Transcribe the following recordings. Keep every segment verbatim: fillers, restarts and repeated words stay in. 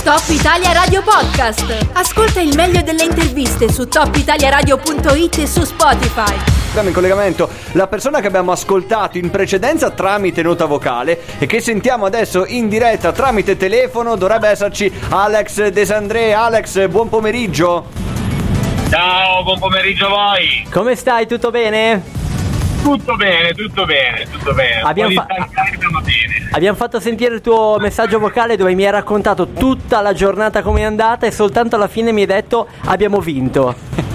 Top Italia Radio Podcast. Ascolta il meglio delle interviste su top italia radio punto it e su Spotify. Abbiamo in collegamento la persona che abbiamo ascoltato in precedenza tramite nota vocale e che sentiamo adesso in diretta tramite telefono. Dovrebbe esserci Alex Desandré. Alex, buon pomeriggio. Ciao, buon pomeriggio a voi. Come stai? Tutto bene? Tutto bene, tutto bene, tutto bene. Abbiamo, fa- bene. Abbiamo fatto sentire il tuo messaggio vocale dove mi hai raccontato tutta la giornata come è andata e soltanto alla fine mi hai detto abbiamo vinto.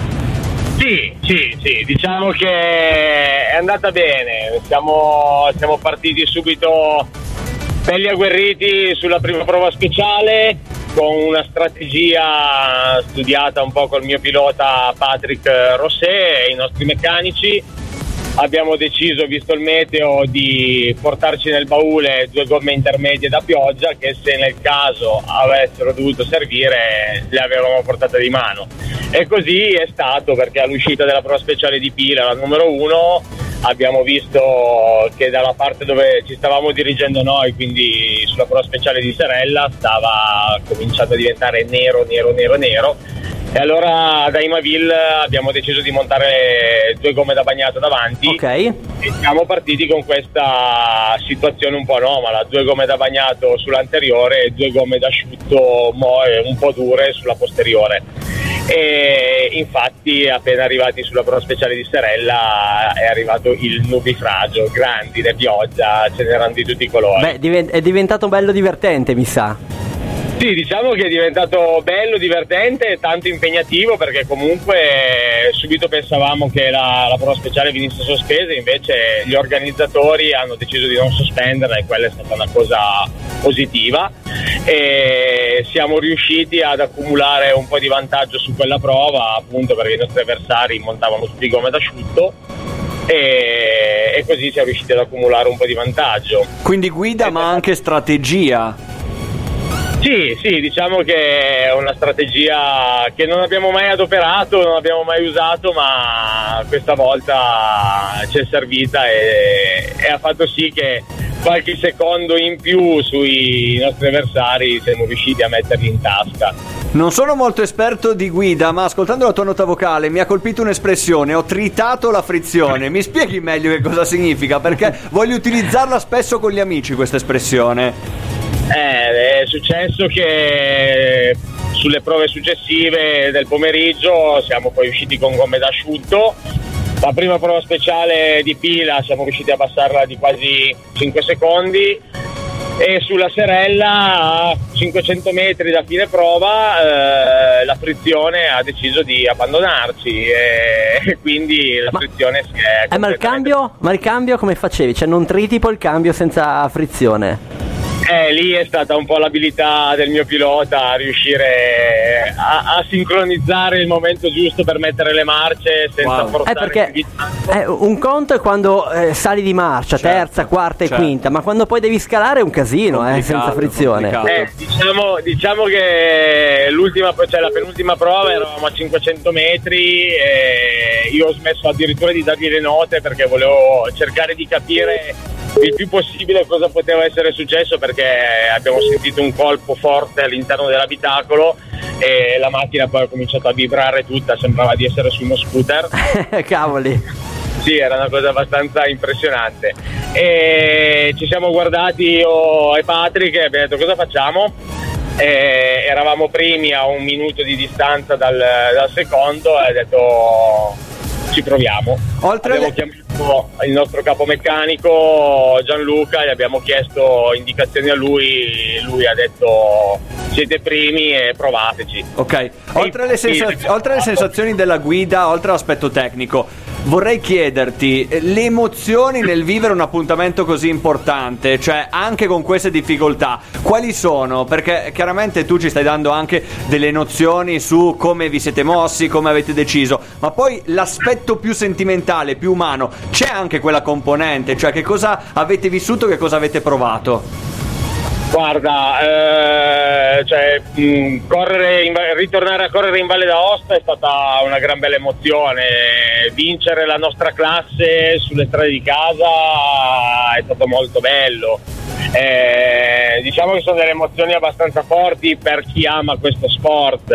Sì, sì, sì, diciamo che è andata bene. Siamo, siamo partiti subito belli agguerriti sulla prima prova speciale con una strategia studiata un po' col mio pilota Patrick Rosset e i nostri meccanici. Abbiamo deciso, visto il meteo, di portarci nel baule due gomme intermedie da pioggia che, se nel caso avessero dovuto servire, le avevamo portate di mano. E così è stato, perché all'uscita della prova speciale di Pila, la numero uno, abbiamo visto che dalla parte dove ci stavamo dirigendo noi, quindi sulla prova speciale di Serella, stava cominciando a diventare nero, nero, nero, nero. E allora da Imaville abbiamo deciso di montare due gomme da bagnato davanti. Ok. E siamo partiti con questa situazione un po' anomala: due gomme da bagnato sull'anteriore e due gomme d'asciutto un po' dure sulla posteriore. E infatti, appena arrivati sulla prova speciale di Serella, è arrivato il nubifragio, grandine, pioggia, ce n'erano di tutti i colori. Beh, divent- è diventato bello divertente, mi sa. Sì, diciamo che è diventato bello, divertente e tanto impegnativo, perché comunque subito pensavamo che la, la prova speciale venisse sospesa, invece gli organizzatori hanno deciso di non sospenderla e quella è stata una cosa positiva, e siamo riusciti ad accumulare un po' di vantaggio su quella prova, appunto perché i nostri avversari montavano tutti gomme d'asciutto. E, e così siamo riusciti ad accumulare un po' di vantaggio. Quindi guida, ma anche strategia. Sì, sì, diciamo che è una strategia che non abbiamo mai adoperato, non abbiamo mai usato, ma questa volta ci è servita e, e ha fatto sì che qualche secondo in più sui nostri avversari siamo riusciti a metterli in tasca. Non sono molto esperto di guida, ma ascoltando la tua nota vocale mi ha colpito un'espressione: ho tritato la frizione. Mi spieghi meglio che cosa significa? Perché voglio utilizzarla spesso con gli amici, questa espressione. Eh, è successo che sulle prove successive del pomeriggio siamo poi usciti con gomme d'asciutto. La prima prova speciale di Pila siamo riusciti a abbassarla di quasi cinque secondi, e sulla Serella, a cinquecento metri da fine prova, eh, la frizione ha deciso di abbandonarci e quindi la ma, frizione si è eh, ma il cambio? Ma il cambio come facevi? Cioè non triti poi il cambio senza frizione? Eh, lì è stata un po' l'abilità del mio pilota a riuscire a, a sincronizzare il momento giusto per mettere le marce senza wow. forzare. Eh, perché eh, un conto è quando eh, sali di marcia, certo, terza, quarta certo. e quinta, ma quando poi devi scalare è un casino, eh, senza frizione. Eh, diciamo, diciamo che l'ultima, cioè la penultima prova eravamo a cinquecento metri e io ho smesso addirittura di dargli le note perché volevo cercare di capire il più possibile cosa poteva essere successo, perché abbiamo sentito un colpo forte all'interno dell'abitacolo e la macchina poi ha cominciato a vibrare tutta, sembrava di essere su uno scooter. Cavoli. Sì, era una cosa abbastanza impressionante. E ci siamo guardati io e Patrick e abbiamo detto: cosa facciamo? E eravamo primi a un minuto di distanza dal, dal secondo e ha detto: ci proviamo. Oltre abbiamo le... chiamato il nostro capomeccanico Gianluca, gli abbiamo chiesto indicazioni a lui, lui ha detto: siete primi e provateci. Ok, oltre alle, sensaz- oltre alle sensazioni della guida, oltre all'aspetto tecnico, vorrei chiederti le emozioni nel vivere un appuntamento così importante, cioè anche con queste difficoltà, quali sono? Perché chiaramente tu ci stai dando anche delle nozioni su come vi siete mossi, come avete deciso, ma poi l'aspetto più sentimentale, più umano, c'è anche quella componente, cioè che cosa avete vissuto, che cosa avete provato? Guarda, eh, cioè, mh, correre in, ritornare a correre in Valle d'Aosta è stata una gran bella emozione. Vincere la nostra classe sulle strade di casa è stato molto bello. Eh, diciamo che sono delle emozioni abbastanza forti per chi ama questo sport,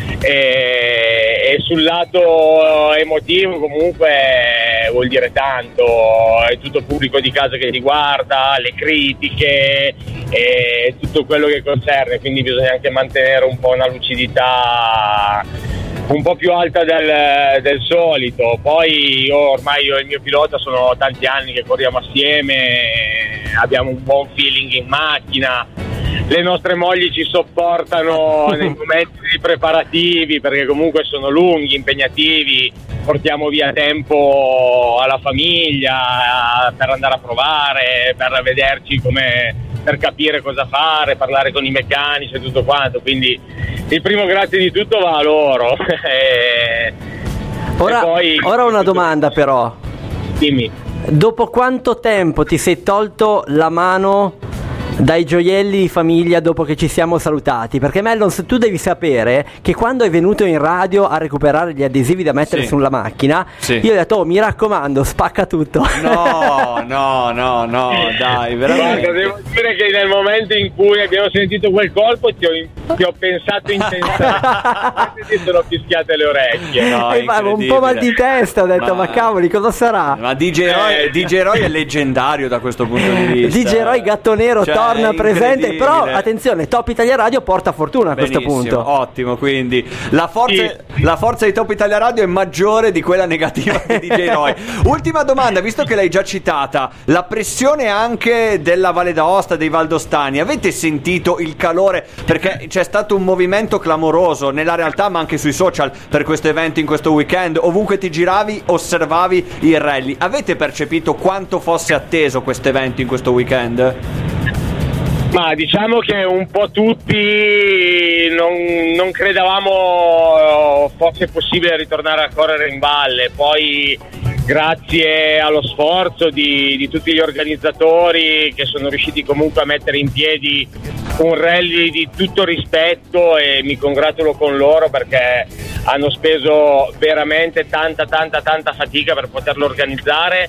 e, e sul lato emotivo comunque vuol dire tanto, è tutto il pubblico di casa che ti guarda, le critiche e tutto quello che concerne, quindi bisogna anche mantenere un po' una lucidità un po' più alta del, del solito. Poi io ormai io e il mio pilota sono tanti anni che corriamo assieme, abbiamo un buon feeling in macchina, le nostre mogli ci sopportano nei momenti di preparativi perché comunque sono lunghi, impegnativi, portiamo via tempo alla famiglia per andare a provare, per vederci come, per capire cosa fare, parlare con i meccanici e tutto quanto, quindi il primo grazie di tutto va a loro. e, Ora, e poi, ora una domanda però. Dimmi. Dopo quanto tempo ti sei tolto la mano dai gioielli di famiglia dopo che ci siamo salutati? Perché Mellon, tu devi sapere che quando è venuto in radio a recuperare gli adesivi da mettere Sì. sulla macchina, Sì. io ho detto: oh, mi raccomando, spacca tutto. No, no, no, no, dai, veramente. Guarda, devo dire che nel momento in cui abbiamo sentito quel colpo ti ho, ti ho pensato intensamente e ti sono fischiate le orecchie. No, E ma un po' mal di testa, ho detto: ma, Ma- cavoli, cosa sarà? Ma D J Roy, Eh. D J Roy è leggendario da questo punto di vista. D J Roy Gatto Nero Cioè, torna è presente, però incredibile. attenzione, Top Italia Radio porta fortuna a questo Benissimo, punto. ottimo, quindi la forza, Sì. la forza di Top Italia Radio è maggiore di quella negativa di D J Roy. Ultima domanda, visto che l'hai già citata, la pressione anche della Valle d'Aosta, dei valdostani, avete sentito il calore? Perché c'è stato un movimento clamoroso nella realtà ma anche sui social per questo evento in questo weekend, ovunque ti giravi osservavi il rally. Avete percepito quanto fosse atteso questo evento in questo weekend? Ma diciamo che un po' tutti non, non credevamo fosse possibile ritornare a correre in valle, poi grazie allo sforzo di, di tutti gli organizzatori che sono riusciti comunque a mettere in piedi un rally di tutto rispetto, e mi congratulo con loro perché hanno speso veramente tanta tanta tanta fatica per poterlo organizzare,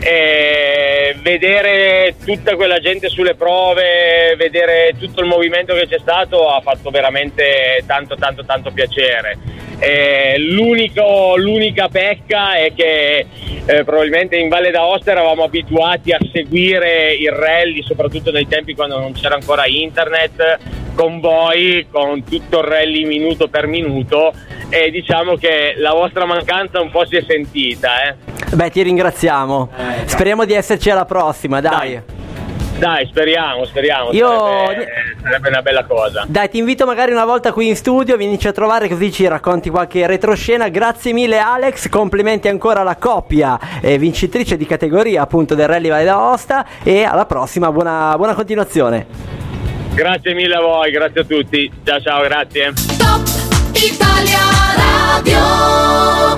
e vedere tutta quella gente sulle prove, vedere tutto il movimento che c'è stato ha fatto veramente tanto tanto tanto piacere. Eh, l'unico, l'unica pecca è che eh, probabilmente in Valle d'Aosta eravamo abituati a seguire il rally, soprattutto nei tempi quando non c'era ancora internet, con voi, con tutto il rally minuto per minuto, e diciamo che la vostra mancanza un po' si è sentita. Eh. Beh, ti ringraziamo. Eh, Speriamo di esserci alla prossima, dai. Dai. Dai, speriamo, speriamo, Io- sarebbe, sarebbe una bella cosa. Dai, ti invito magari una volta qui in studio, vienici a trovare così ci racconti qualche retroscena. Grazie mille Alex, complimenti ancora alla coppia eh, vincitrice di categoria appunto del Rally Valle d'Aosta, e alla prossima, buona, buona continuazione. Grazie mille a voi, grazie a tutti, ciao ciao, grazie. Top Italia Radio.